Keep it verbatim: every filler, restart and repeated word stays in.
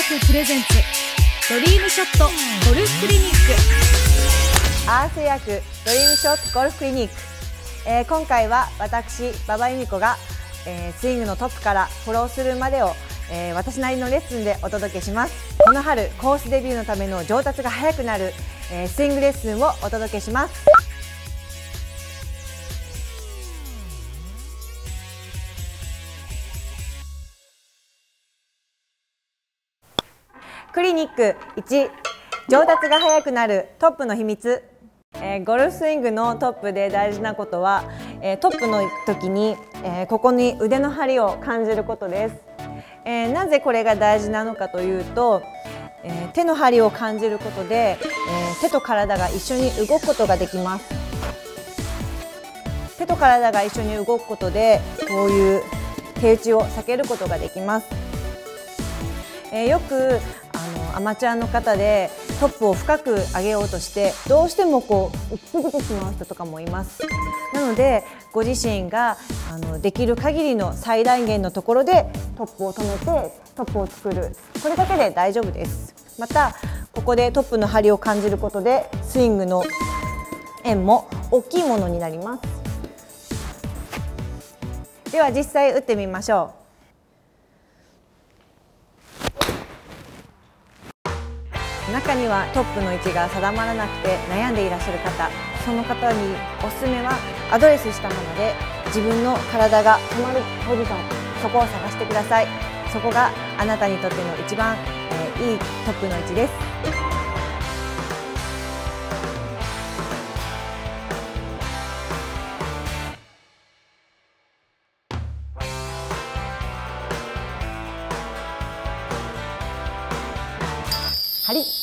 フプレゼンツドリームショットゴルフクリニック。 アース薬ドリームショットゴルフクリニック、えー、今回は私馬場由美子が、えー、スイングのトップからフォローするまでを、えー、私なりのレッスンでお届けします。この春コースデビューのための上達が早くなる、えー、スイングレッスンをお届けします。クリニックいち、上達が早くなるトップの秘密。えー、ゴルフスイングのトップで大事なことは、えー、トップの時に、えー、ここに腕の張りを感じることです。えー、なぜこれが大事なのかというと、えー、手の張りを感じることで、えー、手と体が一緒に動くことができます。手と体が一緒に動くことでこういう手打ちを避けることができます。えー、よくあのアマチュアの方でトップを深く上げようとしてどうしてもこう打ちすぎてしまう人とかもいます。なのでご自身があのできる限りの最大限のところでトップを止めてトップを作る、これだけで大丈夫です。またここでトップの張りを感じることでスイングの円も大きいものになります。では実際打ってみましょう。中にはトップの位置が定まらなくて悩んでいらっしゃる方、その方におすすめはアドレスしたもので自分の体が止まるポジション、そこを探してください。そこがあなたにとっての一番、えー、いいトップの位置です。張り